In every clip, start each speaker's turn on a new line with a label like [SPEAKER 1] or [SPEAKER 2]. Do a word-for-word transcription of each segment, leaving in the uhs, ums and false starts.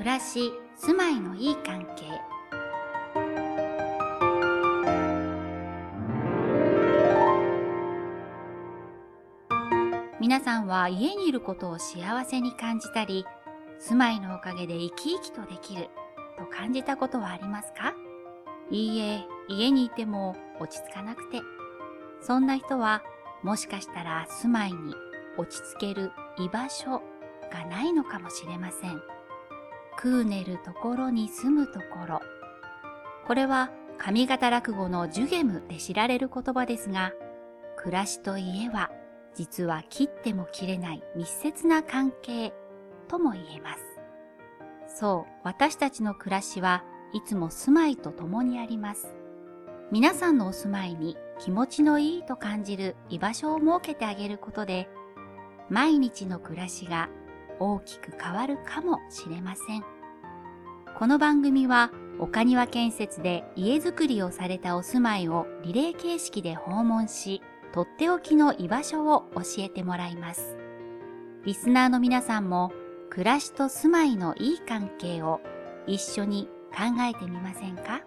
[SPEAKER 1] 暮らし、住まいのいい関係。皆さんは家にいることを幸せに感じたり、住まいのおかげで生き生きとできると感じたことはありますか？いいえ、家にいても落ち着かなくて。そんな人はもしかしたら住まいに落ち着ける居場所がないのかもしれません。食う寝るところに住むところ。これは上方落語の寿ゲムで知られる言葉ですが、暮らしと家は実は切っても切れない密接な関係とも言えます。そう、私たちの暮らしはいつも住まいと共にあります。皆さんのお住まいに気持ちのいいと感じる居場所を設けてあげることで、毎日の暮らしが大きく変わるかもしれません。この番組は岡庭建設で家づくりをされたお住まいをリレー形式で訪問し、とっておきの居場所を教えてもらいます。リスナーの皆さんも暮らしと住まいのいい関係を一緒に考えてみませんか？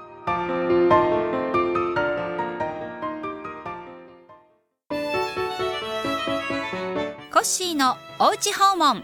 [SPEAKER 1] コッシーのおうち訪問。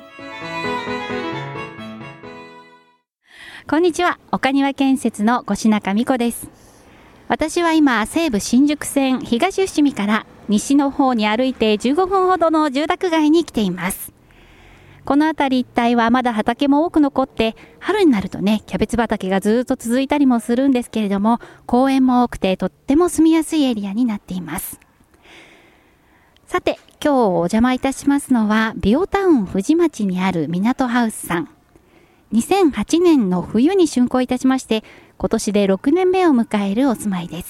[SPEAKER 1] こんにちは、岡庭建設の越中美子です。私は今、西武新宿線東伏見から西の方に歩いてじゅうごふんほどの住宅街に来ています。この辺り一帯はまだ畑も多く残って、春になるとね、キャベツ畑がずっと続いたりもするんですけれども、公園も多くてとっても住みやすいエリアになっています。さて、今日お邪魔いたしますのは、ビオタウン富士町にある港ハウスさん。にせんはちねんの冬に竣工いたしまして、今年でろくねんめを迎えるお住まいです。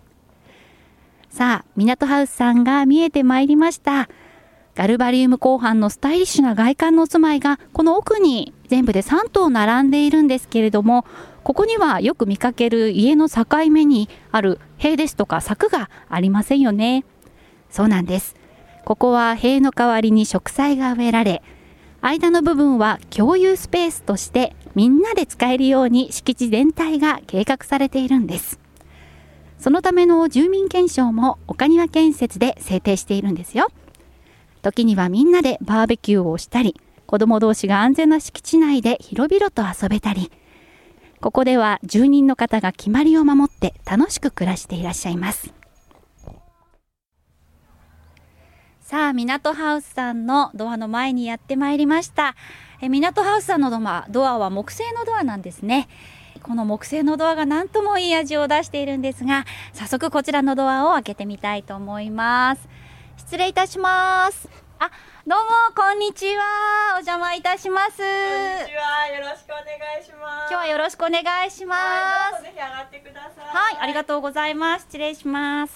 [SPEAKER 1] さあ、港ハウスさんが見えてまいりました。ガルバリウム鋼板のスタイリッシュな外観のお住まいがこの奥に全部でさん棟並んでいるんですけれども、ここにはよく見かける家の境目にある塀ですとか柵がありませんよね。そうなんです。ここは塀の代わりに植栽が植えられ、間の部分は共有スペースとしてみんなで使えるように敷地全体が計画されているんです。そのための住民憲章も岡庭建設で制定しているんですよ。時にはみんなでバーベキューをしたり、子供同士が安全な敷地内で広々と遊べたり、ここでは住人の方が決まりを守って楽しく暮らしていらっしゃいます。さあ、港ハウスさんのドアの前にやってまいりました。え港ハウスさんのドア、ドアは木製のドアなんですね。この木製のドアが何ともいい味を出しているんですが、早速こちらのドアを開けてみたいと思います。失礼いたします。あ、どうもこんにちは。お邪魔いたします。こん
[SPEAKER 2] にちは。よろしくお願いします。
[SPEAKER 1] 今日はよろしくお願いします。
[SPEAKER 2] はい、どうぞぜひ上がってください。
[SPEAKER 1] はい、ありがとうございます。失礼します。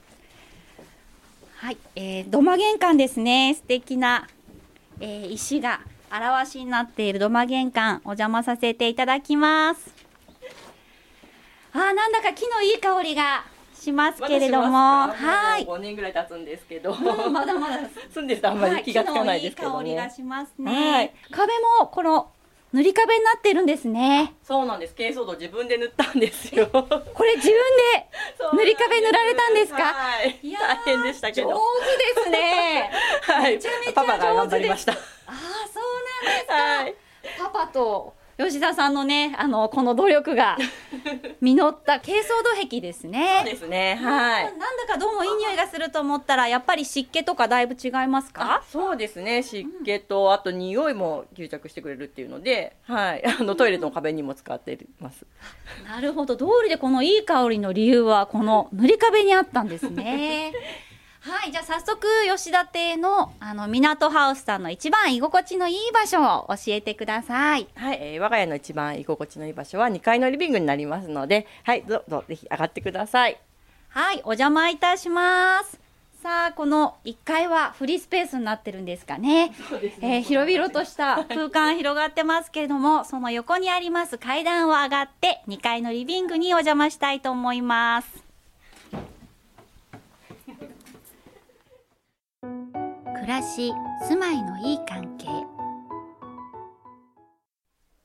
[SPEAKER 1] はい、えー、土間玄関ですね。素敵な、えー、石が表しになっている土間玄関、お邪魔させていただきます。あー、なんだか木のいい香りがしますけれども、
[SPEAKER 2] はい、ごねんぐらい経つんですけど、
[SPEAKER 1] うん、まだまだ
[SPEAKER 2] 住んでるとあんまり気がつかないですけどね。
[SPEAKER 1] はい、木のいい香りがしますね。
[SPEAKER 2] はい、
[SPEAKER 1] 壁もこの塗り壁になっているんですね。
[SPEAKER 2] そうなんです。珪藻土自分で塗ったんですよ。
[SPEAKER 1] これ自分で塗り壁塗られたんですか？
[SPEAKER 2] はい、いや大変でしたけど。
[SPEAKER 1] 上手ですね。
[SPEAKER 2] はい、
[SPEAKER 1] めちゃめちゃ上手です。
[SPEAKER 2] パパが頑張りました。
[SPEAKER 1] ああ、そうなんですか。
[SPEAKER 2] はい、
[SPEAKER 1] パパと吉田さんのね、あのこの努力が実った珪藻土壁ですね。
[SPEAKER 2] そうですね。はい。
[SPEAKER 1] なんだかどうもいい匂いがすると思ったら、やっぱり湿気とかだいぶ違いますか？
[SPEAKER 2] そうですね。湿気と、うん、あと匂いも吸着してくれるっていうので、はい。あのトイレの壁にも使っています。
[SPEAKER 1] うん、なるほど。通りでこのいい香りの理由はこの塗り壁にあったんですね。はい、じゃあ早速吉田邸のあの港ハウスさんの一番居心地のいい場所を教えてください。
[SPEAKER 2] はい、えー、我が家の一番居心地のいい場所はにかいのリビングになりますので、はい、どうぞぜひ上がってください。
[SPEAKER 1] はい、お邪魔いたします。さあ、このいっかいはフリースペースになってるんですかね。
[SPEAKER 2] そうですね。
[SPEAKER 1] えー、広々とした空間広がってますけれども、その横にあります階段を上がってにかいのリビングにお邪魔したいと思います。暮らし、住まいのいい関係。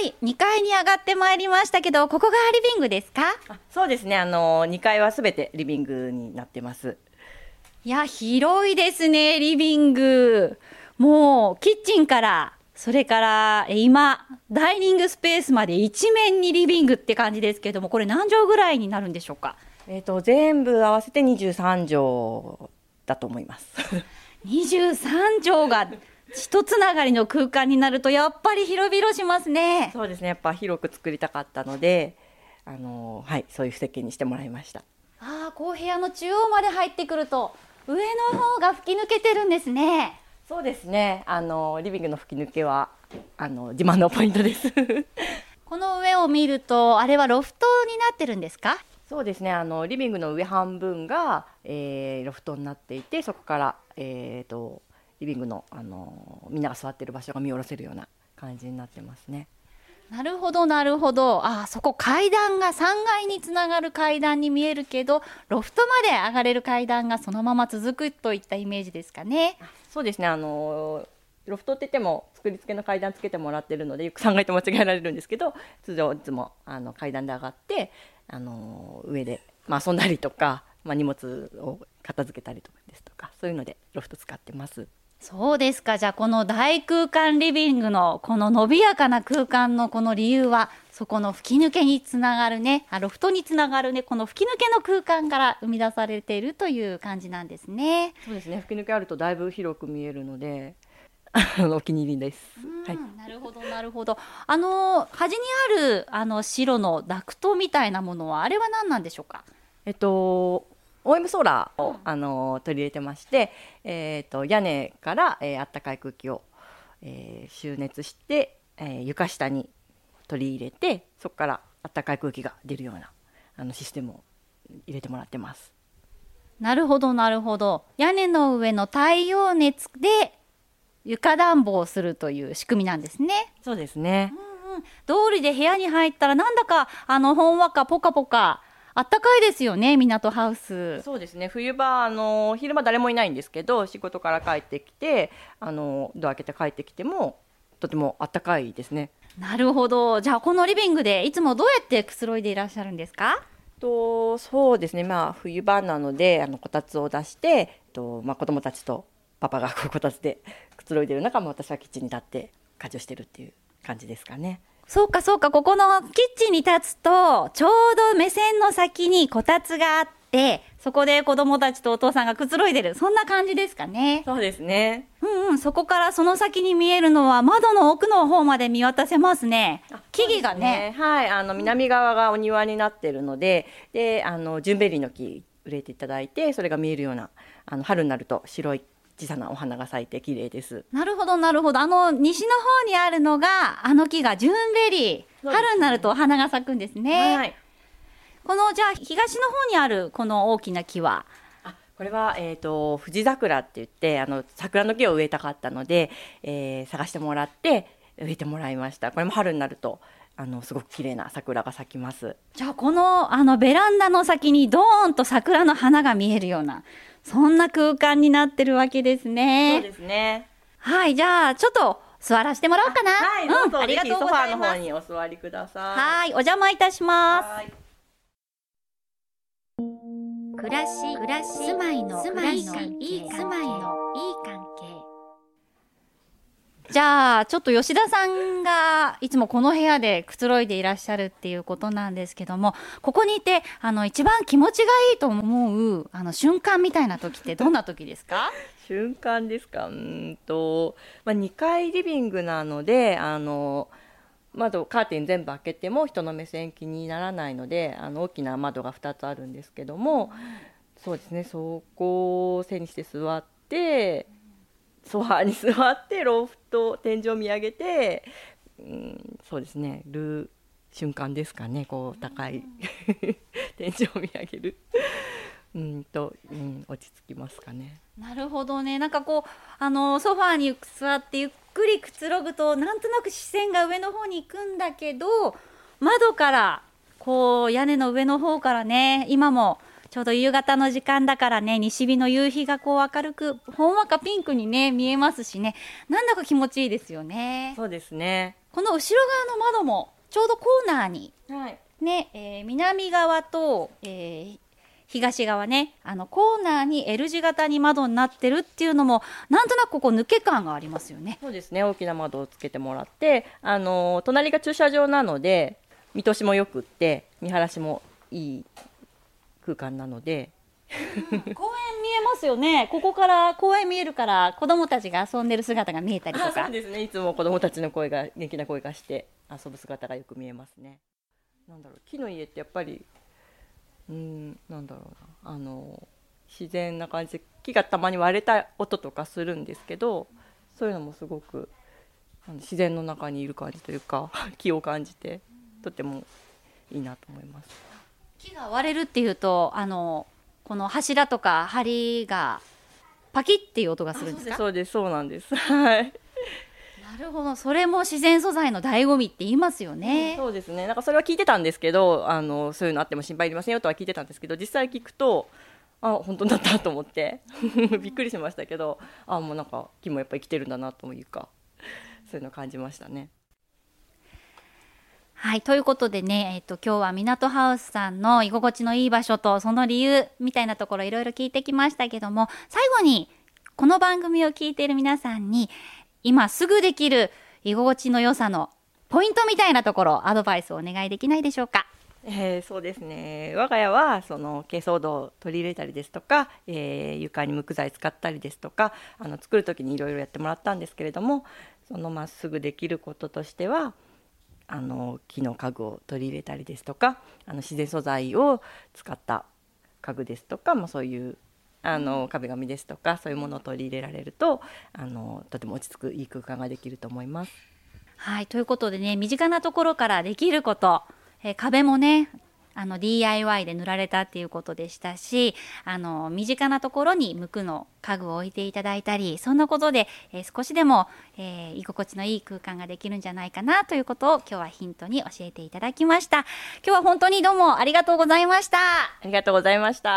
[SPEAKER 1] い、にかいに上がってまいりましたけど、ここがリビングですか？
[SPEAKER 2] あ、そうですね。あのにかいはすべてリビングになってます。
[SPEAKER 1] いや、広いですね、リビング。もうキッチンから、それから今ダイニングスペースまで一面にリビングって感じですけども、これ何畳ぐらいになるんでしょうか？
[SPEAKER 2] えっと全部合わせてにじゅうさんじょうだと思います。
[SPEAKER 1] にじゅうさんじょうが一つながりの空間になるとやっぱり広々しますね。
[SPEAKER 2] そうですね。やっぱ広く作りたかったので、あのはい、そういう設計にしてもらいました。
[SPEAKER 1] ああ、こう部屋の中央まで入ってくると上の方が吹き抜けてるんですね。
[SPEAKER 2] そうですね。あのリビングの吹き抜けはあの自慢のポイントです。
[SPEAKER 1] この上を見ると、あれはロフトになってるんですか？
[SPEAKER 2] そうですね。あのリビングの上半分が、えーロフトになっていて、そこから、えー、とリビングの、あのみんなが座ってる場所が見下ろせるような感じになってますね。
[SPEAKER 1] なるほどなるほど。ああ、そこ階段がさんがいにつながる階段に見えるけど、ロフトまで上がれる階段がそのまま続くといったイメージですかね。
[SPEAKER 2] そうですね。あのロフトって言っても作り付けの階段つけてもらってるので、よくさんがいと間違えられるんですけど、通常いつもあの階段で上がって、あの上で、まあ、遊んだりとか、まあ、荷物を片付けたりとかですとか、そういうのでロフト使ってます。
[SPEAKER 1] そうですか。じゃあこの大空間リビングのこの伸びやかな空間のこの理由は、そこの吹き抜けにつながるね、あロフトにつながるね、この吹き抜けの空間から生み出されているという感じなんですね。
[SPEAKER 2] そうですね。吹き抜けあるとだいぶ広く見えるので、あのお気に入りです。はい。
[SPEAKER 1] なるほどなるほど。あの端にあるあの白のダクトみたいなものは、あれは何なんでしょうか？
[SPEAKER 2] えっと オーエム ソーラーを、あの取り入れてまして、えっと屋根から、えー、あったかい空気を、えー、集熱して、えー、床下に取り入れて、そこからあったかい空気が出るようなあのシステムを入れてもらってます。
[SPEAKER 1] なるほどなるほど。屋根の上の太陽熱で床暖房をするという仕組みなんですね。
[SPEAKER 2] そうですね。
[SPEAKER 1] うん、道理で部屋に入ったらなんだかあのほんわかポカポカあったかいですよね、港ハウス。
[SPEAKER 2] そうですね。冬場あの昼間誰もいないんですけど、仕事から帰ってきて、あのドア開けて帰ってきてもとてもあったかいですね。
[SPEAKER 1] なるほど。じゃあこのリビングでいつもどうやってくつろいでいらっしゃるんですか？
[SPEAKER 2] とそうですね。まあ冬場なので、あのこたつを出して、とまあ子供たちとパパがこうこたつでくつろいでる中も、私はキッチンに立って家事をしてるっていう感じですかね。
[SPEAKER 1] そうかそうか。ここのキッチンに立つとちょうど目線の先にこたつがあって、そこで子供たちとお父さんがくつろいでる、そんな感じですかね。
[SPEAKER 2] そうですね。
[SPEAKER 1] うんうん。そこからその先に見えるのは窓の奥の方まで見渡せますね。木々がね。
[SPEAKER 2] はい、あの南側がお庭になってるので、であのジュンベリーの木植えていただいて、それが見えるような、あの春になると白い小さなお花が咲いて綺麗です。
[SPEAKER 1] なるほどなるほど。あの西の方にあるのが、あの木がジュンベリー、
[SPEAKER 2] そうですね。
[SPEAKER 1] 春になるとお花が咲くんですね。
[SPEAKER 2] はい。
[SPEAKER 1] このじゃあ東の方にあるこの大きな木は、
[SPEAKER 2] あ、これは、えー、と富士桜って言って、あの桜の木を植えたかったので、えー探してもらって植えてもらいました。これも春になるとあのすごく綺麗な桜が咲きます。
[SPEAKER 1] じゃあこのあのベランダの先にドーンと桜の花が見えるような、そんな空間になってるわけですね。
[SPEAKER 2] そうですね。
[SPEAKER 1] はい、じゃあちょっと座らせてもらおうかな。
[SPEAKER 2] はい、どうぞ、
[SPEAKER 1] ん、ありがとうご
[SPEAKER 2] ぜひソファ
[SPEAKER 1] ざいます。
[SPEAKER 2] ーの方にお座りください。
[SPEAKER 1] はい、お邪魔いたします。
[SPEAKER 2] はい。
[SPEAKER 1] 暮らし、暮らし、住まいの、住まいの、いい住まいの、いい関係。じゃあちょっと吉田さんがいつもこの部屋でくつろいでいらっしゃるっていうことなんですけども、ここにいてあの一番気持ちがいいと思うあの瞬間みたいな時ってどんな時ですか？
[SPEAKER 2] 瞬間ですか。うーんと、まあ、にかいリビングなので、あの窓カーテン全部開けても人の目線気にならないので、あの大きな窓がふたつあるんですけども、そうですね、そこを背にして座って、ソファーに座ってロフト天井を見上げて、うん、そうですね、る瞬間ですかね。こう高い天井を見上げるうんと、うん、落ち着きますかね。
[SPEAKER 1] なるほどね。なんかこうあのソファーに座ってゆっくりくつろぐと、なんとなく視線が上の方に行くんだけど、窓からこう屋根の上の方からね、今もちょうど夕方の時間だからね、西日の夕日がこう明るくほんわかピンクにね見えますしね、なんだか気持ちいいですよね。
[SPEAKER 2] そうですね。
[SPEAKER 1] この後ろ側の窓もちょうどコーナーに
[SPEAKER 2] はい
[SPEAKER 1] ね、えー南側と、えー東側ね、あのコーナーに L 字型に窓になってるっていうのもなんとなくここ抜け感がありますよね。
[SPEAKER 2] そうですね、大きな窓をつけてもらって、あの隣が駐車場なので見通しもよくって見晴らしもいい空間なので、
[SPEAKER 1] 公園見えますよね。ここから公園見えるから子どもたちが遊んでる姿が見えたりと
[SPEAKER 2] あ
[SPEAKER 1] か。
[SPEAKER 2] そうですね、いつも子どもたちの声が元気な声がして遊ぶ姿がよく見えますね。なんだろう、木の家ってやっぱりうーんなんだろうな、あの自然な感じで木がたまに割れた音とかするんですけど、そういうのもすごくあの自然の中にいる感じというか木を感じてとてもいいなと思います。
[SPEAKER 1] 木が割れるっていうと、あのこの柱とか梁がパキッっていう音がするんですか？
[SPEAKER 2] そうですそうなんです。はい
[SPEAKER 1] なるほど、それも自然素材の醍醐味って言いますよね。
[SPEAKER 2] そうですね、なんかそれは聞いてたんですけど、あのそういうのあっても心配いりませんよとは聞いてたんですけど、実際聞くとあ本当だったと思ってびっくりしましたけど、あもうなんか木もやっぱり生きてるんだなというか、そういうのを感じましたね。
[SPEAKER 1] はい、ということでね、えっと、今日は港ハウスさんの居心地のいい場所とその理由みたいなところいろいろ聞いてきましたけども、最後にこの番組を聞いている皆さんに今すぐできる居心地の良さのポイントみたいなところアドバイスをお願いできないでしょうか？
[SPEAKER 2] えー、そうですね、我が家はその珪藻土を取り入れたりですとか、えー、床に無垢材使ったりですとか、あの作る時にいろいろやってもらったんですけれども、そのまっすぐできることとしてはあの木の家具を取り入れたりですとか、あの自然素材を使った家具ですとか、まあ、そういうあの壁紙ですとかそういうものを取り入れられるとあのとても落ち着くいい空間ができると思います。
[SPEAKER 1] はい、ということでね、身近なところからできること、えー壁もねあの ディーアイワイ で塗られたっていうことでしたし、あの身近なところに無垢の家具を置いていただいたり、そんなことで、えー少しでも、えー居心地のいい空間ができるんじゃないかなということを今日はヒントに教えていただきました。今日は本当にどうもありがとうございました。
[SPEAKER 2] ありがとうございました。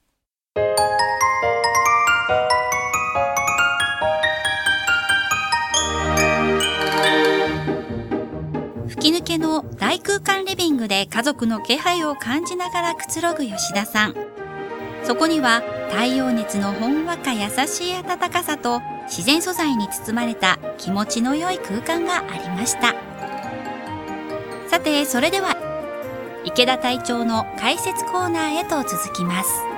[SPEAKER 1] 吹き抜けの大空間リビングで家族の気配を感じながらくつろぐ吉田さん。そこには太陽熱のほんわか優しい暖かさと自然素材に包まれた気持ちの良い空間がありました。さてそれでは池田隊長の解説コーナーへと続きます。